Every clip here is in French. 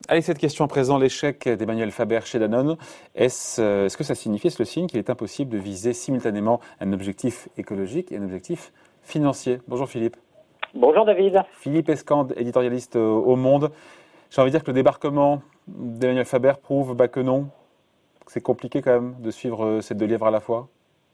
Allez, cette question à présent, l'échec d'Emmanuel Faber chez Danone, est-ce que ça signifie, est-ce le signe qu'il est impossible de viser simultanément un objectif écologique et un objectif financier? Bonjour Philippe. Bonjour David. Philippe Escande, éditorialiste au Monde. J'ai envie de dire que le débarquement d'Emmanuel Faber prouve que non, que c'est compliqué quand même de suivre ces deux lièvres à la fois.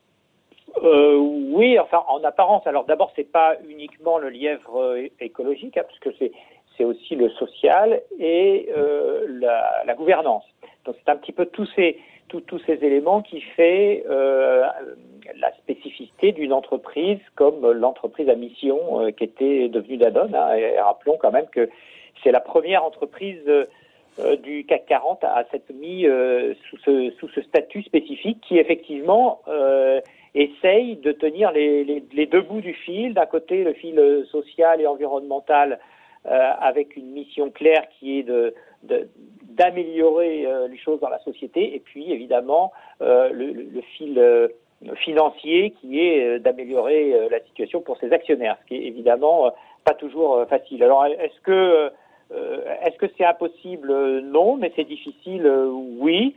Oui, enfin en apparence. Alors d'abord, c'est pas uniquement le lièvre écologique, parce que c'est aussi le social et la gouvernance. Donc c'est un petit peu tous ces éléments qui fait la spécificité d'une entreprise comme l'entreprise à mission qui était devenue Danone. Et rappelons quand même que c'est la première entreprise du CAC 40 à s'être mis sous ce statut spécifique qui effectivement essaye de tenir les deux bouts du fil. D'un côté, le fil social et environnemental avec une mission claire qui est d'améliorer les choses dans la société, et puis évidemment le fil financier qui est d'améliorer la situation pour ses actionnaires, ce qui est évidemment pas toujours facile. Alors est-ce que c'est impossible? Non, mais c'est difficile, oui.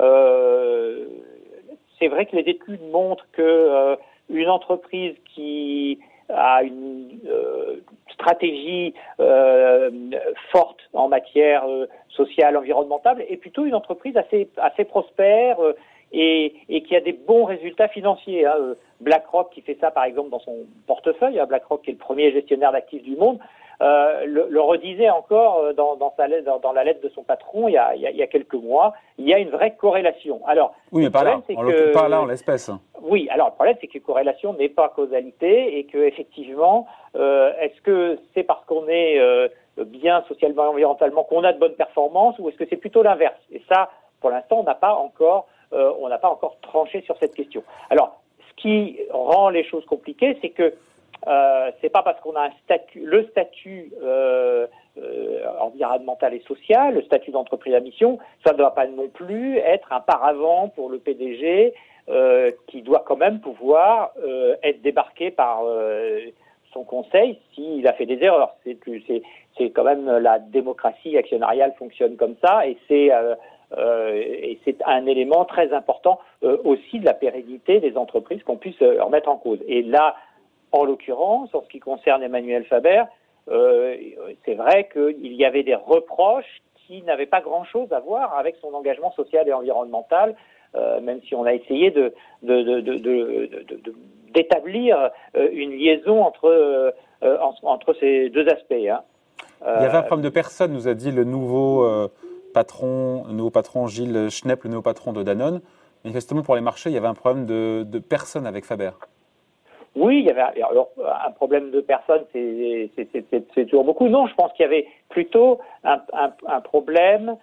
C'est vrai que les études montrent que une entreprise qui a une stratégie forte en matière sociale, environnementale, est plutôt une entreprise assez prospère et qui a des bons résultats financiers. BlackRock qui fait ça par exemple dans son portefeuille, BlackRock qui est le premier gestionnaire d'actifs du monde, le redisait encore dans la lettre de son patron il y a quelques mois. Il y a une vraie corrélation. Alors, oui, mais pas là en l'espèce. Oui, alors le problème c'est que corrélation n'est pas causalité et que effectivement, est-ce que c'est parce qu'on est bien socialement et environnementalement qu'on a de bonnes performances, ou est-ce que c'est plutôt l'inverse? Et ça, pour l'instant, on n'a pas encore tranché sur cette question. Alors, ce qui rend les choses compliquées, c'est que c'est pas parce qu'on a le statut environnemental et social, le statut d'entreprise à mission, ça ne doit pas non plus être un paravent pour le PDG qui doit quand même pouvoir être débarqué par son conseil s'il a fait des erreurs. C'est quand même la démocratie actionnariale fonctionne comme ça, et c'est un élément très important aussi de la pérennité des entreprises qu'on puisse remettre en cause. Et là, en l'occurrence, en ce qui concerne Emmanuel Faber, c'est vrai qu'il y avait des reproches qui n'avaient pas grand-chose à voir avec son engagement social et environnemental, même si on a essayé d'établir une liaison entre ces deux aspects. Il y avait un problème de personne, nous a dit le nouveau patron Gilles Schnepp, le nouveau patron de Danone. Manifestement, pour les marchés, il y avait un problème de personne avec Faber. Oui, il y avait alors un problème de personne, c'est toujours beaucoup. Non, je pense qu'il y avait plutôt un problème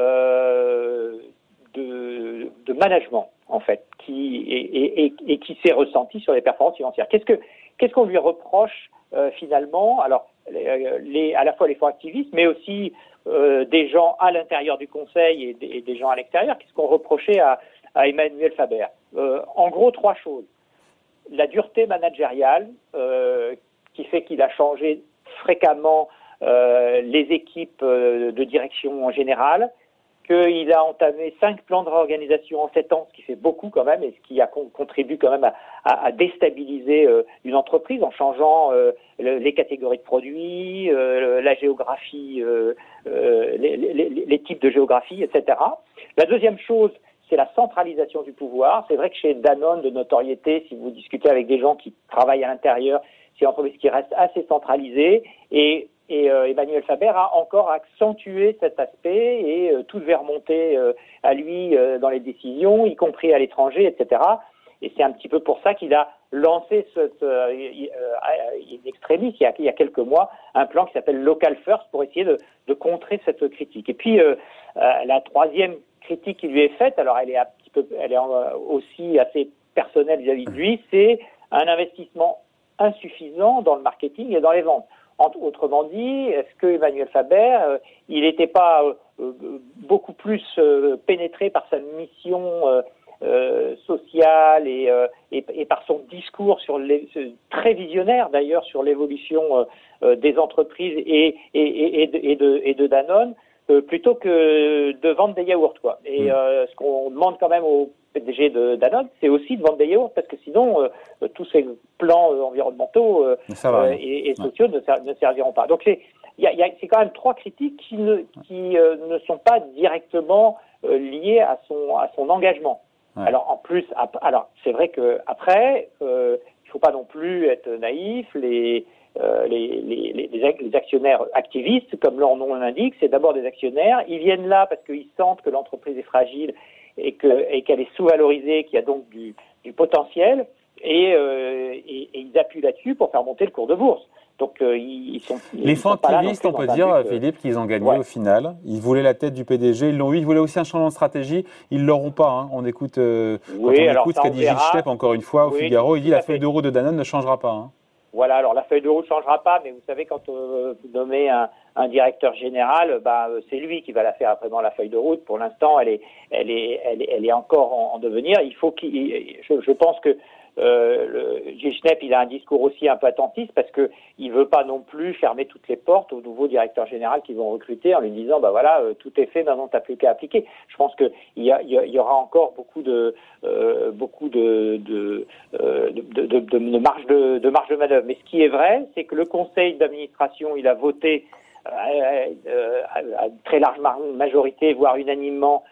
de management en fait, qui s'est ressenti sur les performances financières. Qu'est-ce qu'on lui reproche finalement? Alors à la fois les fonds activistes, mais aussi des gens à l'intérieur du conseil et des gens à l'extérieur. Qu'est-ce qu'on reprochait à Emmanuel Faber? En gros, trois choses. La dureté managériale qui fait qu'il a changé fréquemment les équipes de direction en général, qu'il a entamé 5 plans de réorganisation en 7 ans, ce qui fait beaucoup quand même, et ce qui contribue quand même à déstabiliser une entreprise en changeant les catégories de produits, la géographie, les types de géographie, etc. La deuxième chose, c'est la centralisation du pouvoir. C'est vrai que chez Danone, de notoriété, si vous discutez avec des gens qui travaillent à l'intérieur, c'est une entreprise qui reste assez centralisée, et Emmanuel Faber a encore accentué cet aspect, et tout devait remonter à lui dans les décisions, y compris à l'étranger, etc. Et c'est un petit peu pour ça qu'il a lancé in extremis, il y a quelques mois, un plan qui s'appelle Local First pour essayer de contrer cette critique. Et puis la troisième critique qui lui est faite, alors elle est aussi assez personnelle vis-à-vis de lui, c'est un investissement insuffisant dans le marketing et dans les ventes. Autrement dit, est-ce que Emmanuel Faber, il n'était pas beaucoup plus pénétré par sa mission sociale et par son discours très visionnaire d'ailleurs sur l'évolution des entreprises et de Danone, plutôt que de vendre des yaourts, quoi. Et ce qu'on demande quand même au PDG de Danone, c'est aussi de vendre des yaourts, parce que sinon, tous ces plans environnementaux et sociaux ne serviront pas. Donc c'est quand même 3 critiques qui ne sont pas directement liées à son engagement. Ouais. Alors en plus, c'est vrai que après, il faut pas non plus être naïf. Les actionnaires activistes, comme leur nom l'indique, c'est d'abord des actionnaires. Ils viennent là parce qu'ils sentent que l'entreprise est fragile et qu'elle est sous-valorisée, qu'il y a donc du potentiel, et ils appuient là-dessus pour faire monter le cours de bourse. Donc les fonds activistes, on peut dire, Philippe, qu'ils ont gagné au final. Ils voulaient la tête du PDG, ils l'ont eu. Ils voulaient aussi un changement de stratégie. Ils l'auront pas. Hein. On écoute, écoute ce qu'a dit Gilles Schnepp encore une fois au Figaro. Il dit la feuille de route de Danone ne changera pas. Hein. Voilà, alors la feuille de route ne changera pas, mais vous savez, quand vous nommez un directeur général, c'est lui qui va la faire vraiment, la feuille de route. Pour l'instant, elle est encore en devenir. Il faut je pense que Gilles Schnepp, il a un discours aussi un peu attentiste, parce que il veut pas non plus fermer toutes les portes au nouveau directeur général qu'ils vont recruter en lui disant tout est fait, maintenant t'as plus qu'à appliquer. Je pense que il y aura encore beaucoup de marge de manœuvre. Mais ce qui est vrai, c'est que le conseil d'administration, il a voté à une très large majorité, voire unanimement,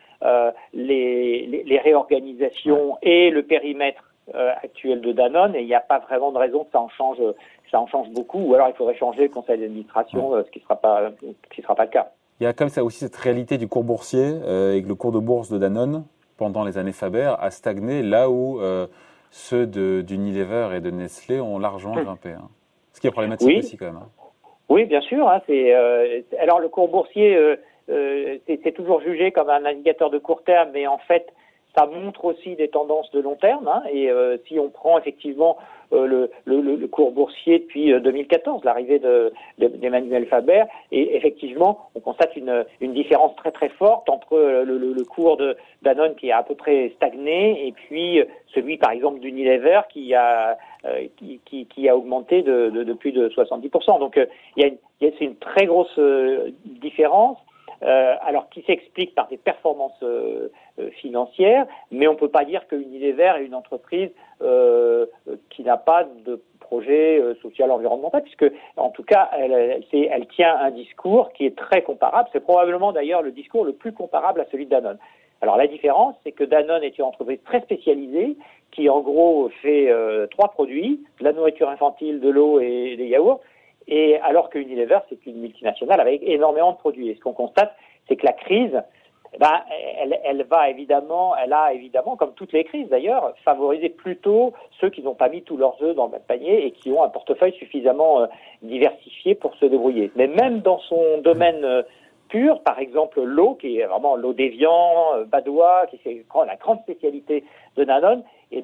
les réorganisations et le périmètre actuel de Danone, et il n'y a pas vraiment de raison que ça en change beaucoup, ou alors il faudrait changer le conseil d'administration, ce qui sera pas le cas. Il y a comme ça aussi cette réalité du cours boursier, et que le cours de bourse de Danone, pendant les années Faber, a stagné là où ceux d'Unilever et de Nestlé ont largement grimpé. Hein. Ce qui est problématique aussi quand même. Hein. Oui, bien sûr. Hein, alors le cours boursier, c'est toujours jugé comme un indicateur de court terme, mais en fait, ça montre aussi des tendances de long terme. Hein, et si on prend effectivement le cours boursier depuis 2014, l'arrivée d'Emmanuel Faber, et effectivement, on constate une différence très très forte entre le cours de Danone qui a à peu près stagné, et puis celui par exemple d'Unilever qui a augmenté de plus de 70%. Donc c'est une très grosse différence. Alors qui s'explique par des performances financières, mais on ne peut pas dire que Unilever est une entreprise qui n'a pas de projet social environnemental, puisque en tout cas elle tient un discours qui est très comparable. C'est probablement d'ailleurs le discours le plus comparable à celui de Danone. Alors la différence, c'est que Danone est une entreprise très spécialisée qui en gros fait 3 produits, de la nourriture infantile, de l'eau et des yaourts. Et alors que Unilever, c'est une multinationale avec énormément de produits. Et ce qu'on constate, c'est que la crise, elle a évidemment, comme toutes les crises d'ailleurs, favorisé plutôt ceux qui n'ont pas mis tous leurs œufs dans le même panier et qui ont un portefeuille suffisamment diversifié pour se débrouiller. Mais même dans son domaine pur, par exemple l'eau, qui est vraiment l'eau d'Évian, Badois, qui est la grande spécialité de Danone,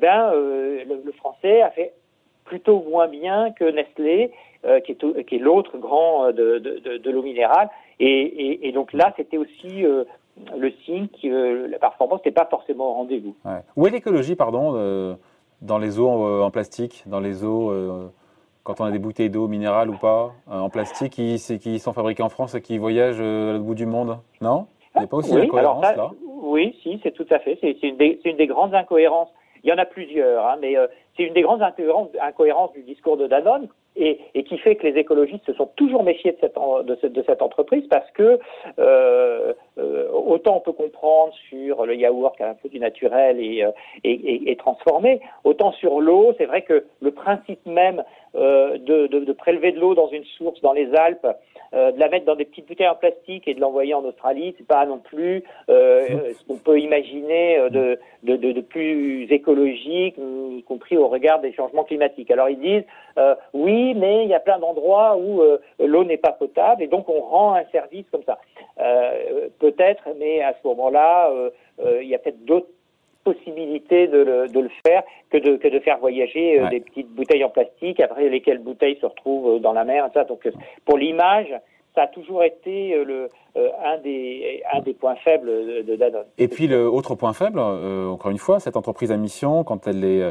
le français a fait plutôt moins bien que Nestlé, qui est l'autre grand de l'eau minérale. Et donc là, c'était aussi le signe que la performance n'était pas forcément au rendez-vous. Ouais. Où est l'écologie, dans les eaux en plastique, dans les eaux, quand on a des bouteilles d'eau minérale ou pas, en plastique, qui sont fabriquées en France et qui voyagent à l'autre bout du monde? Non? Il n'y a pas aussi d'incohérence là? Oui, si, c'est tout à fait. C'est une des grandes incohérences. Il y en a plusieurs, hein, mais c'est une des grandes incohérences du discours de Danone, et qui fait que les écologistes se sont toujours méfiés de cette entreprise, parce que autant on peut comprendre sur le yaourt qui a un peu du naturel et transformé, autant sur l'eau, c'est vrai que le principe même de prélever de l'eau dans une source dans les Alpes, de la mettre dans des petites bouteilles en plastique et de l'envoyer en Australie, c'est pas non plus ce qu'on peut imaginer de plus écologique, y compris au regard des changements climatiques. Alors ils disent oui, mais il y a plein d'endroits où l'eau n'est pas potable et donc on rend un service comme ça. Peut-être, mais à ce moment-là, il y a peut-être d'autres possibilités de le faire que de faire voyager des petites bouteilles en plastique, après lesquelles bouteilles se retrouvent dans la mer, ça. Donc pour l'image, ça a toujours été un des points faibles de Danone. Et puis le autre point faible, encore une fois, cette entreprise à mission, quand elle est,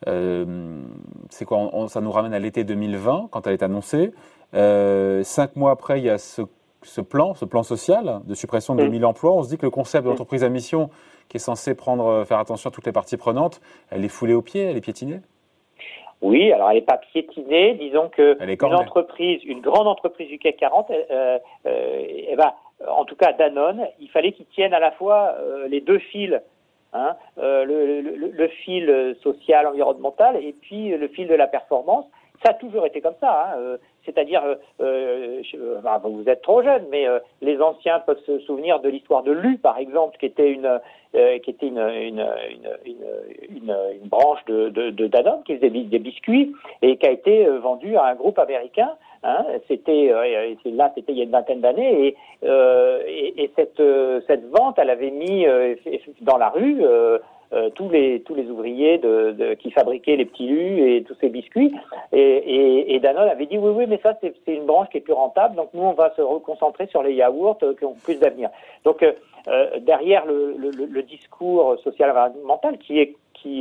c'est quoi, ça nous ramène à l'été 2020 quand elle est annoncée. 5 mois après, il y a ce plan social de suppression de 2000 emplois, on se dit que le concept de l'entreprise à mission, qui est censé faire attention à toutes les parties prenantes, elle est foulée aux pieds, elle est piétinée? Oui, alors elle n'est pas piétinée. Disons que une grande entreprise du CAC 40, en tout cas Danone, il fallait qu'ils tiennent à la fois les deux fils, le fil social, environnemental, et puis le fil de la performance. Ça a toujours été comme ça. C'est-à-dire, vous êtes trop jeune, mais les anciens peuvent se souvenir de l'histoire de Lu, par exemple, qui était une branche de Danone qui faisait des biscuits et qui a été vendue à un groupe américain. C'était il y a une vingtaine d'années et cette vente, elle avait mis dans la rue tous les ouvriers qui fabriquaient les petits lus et tous ces biscuits et Danone avait dit oui mais ça c'est une branche qui est plus rentable, donc nous on va se reconcentrer sur les yaourts qui ont plus d'avenir. Donc derrière le discours social environnemental qui est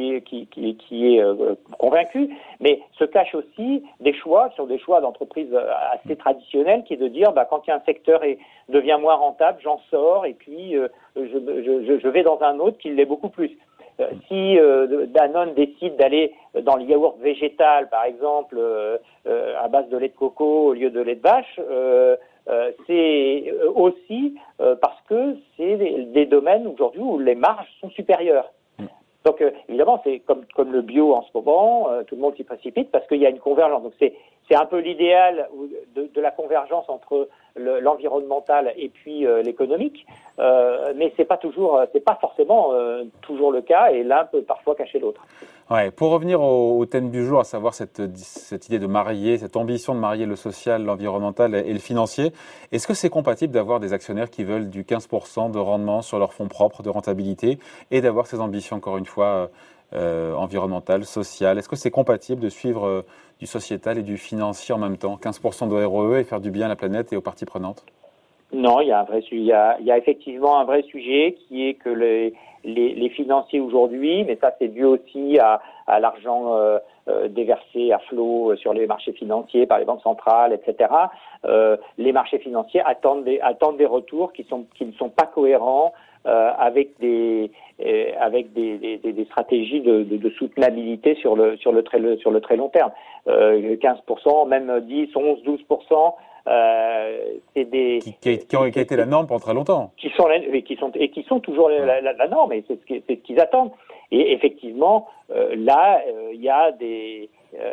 convaincu, mais se cachent aussi des choix qui sont des choix d'entreprises assez traditionnels, qui est de dire quand il y a un secteur devient moins rentable, j'en sors et puis je vais dans un autre qui l'est beaucoup plus. Si Danone décide d'aller dans le yaourt végétal, par exemple, à base de lait de coco au lieu de lait de vache, c'est aussi parce que c'est des domaines aujourd'hui où les marges sont supérieures. Donc évidemment, c'est comme le bio en ce moment, tout le monde s'y précipite parce qu'il y a une convergence. Donc c'est un peu l'idéal de la convergence entre l'environnemental et puis l'économique, mais c'est pas forcément toujours le cas, et l'un peut parfois cacher l'autre. Ouais, pour revenir au thème du jour, à savoir cette idée de marier, cette ambition de marier le social, l'environnemental et le financier, est-ce que c'est compatible d'avoir des actionnaires qui veulent du 15% de rendement sur leurs fonds propres, de rentabilité, et d'avoir ces ambitions, encore une fois, environnementales, sociales? Est-ce que c'est compatible de suivre du sociétal et du financier en même temps, 15% de ROE et faire du bien à la planète et aux parties prenantes? Non, il y a effectivement un vrai sujet qui est que les financiers aujourd'hui, mais ça c'est dû aussi à l'argent déversé à flot sur les marchés financiers par les banques centrales, etc. Les marchés financiers attendent des retours qui ne sont pas cohérents avec des stratégies de soutenabilité sur le très long terme. 15%, même 10, 11, 12%. C'est qui ont été la norme pendant très longtemps. Qui sont toujours la norme, et c'est ce qu'ils attendent. Et effectivement, là, il y a des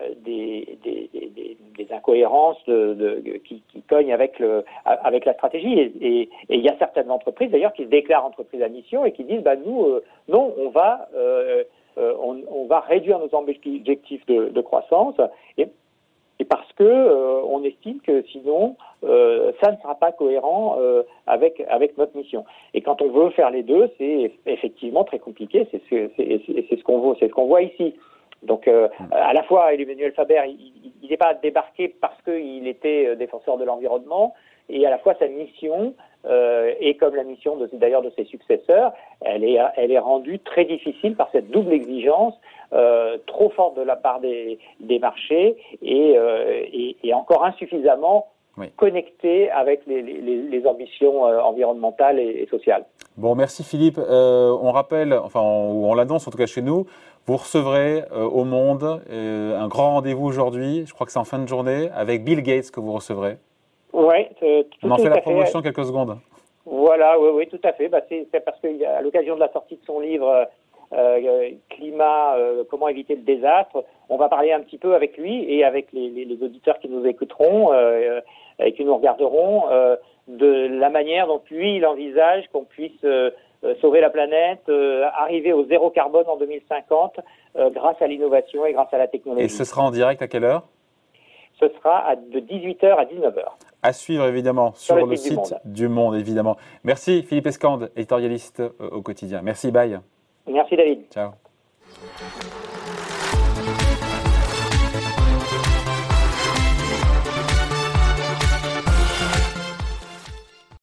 incohérences qui cognent avec la stratégie. Et il y a certaines entreprises d'ailleurs qui se déclarent entreprises à mission et qui disent nous non, on va réduire nos objectifs de croissance et parce que on estime que sinon ça ne sera pas cohérent avec notre mission. Et quand on veut faire les deux, c'est effectivement très compliqué. C'est ce qu'on voit ici. Donc à la fois Emmanuel Faber, il n'est pas débarqué parce qu'il était défenseur de l'environnement, et à la fois sa mission et comme la mission d'ailleurs de ses successeurs, elle est rendue très difficile par cette double exigence trop forte de la part des marchés et encore insuffisamment connectée avec les ambitions environnementales et sociales. Bon, merci Philippe. On rappelle, on l'annonce en tout cas chez nous, vous recevrez au Monde un grand rendez-vous aujourd'hui, je crois que c'est en fin de journée, avec Bill Gates que vous recevrez. Oui, on en fait la promotion en quelques secondes. Voilà, oui, tout à fait. C'est parce qu'à l'occasion de la sortie de son livre Climat, comment éviter le désastre, on va parler un petit peu avec lui et avec les auditeurs qui nous écouteront et qui nous regarderont de la manière dont lui il envisage qu'on puisse sauver la planète, arriver au zéro carbone en 2050 grâce à l'innovation et grâce à la technologie. Et ce sera en direct à quelle heure ? Ce sera de 18h à 19h. À suivre évidemment sur le site du Monde, évidemment. Merci Philippe Escande, éditorialiste au quotidien. Merci, bye. Merci David. Ciao.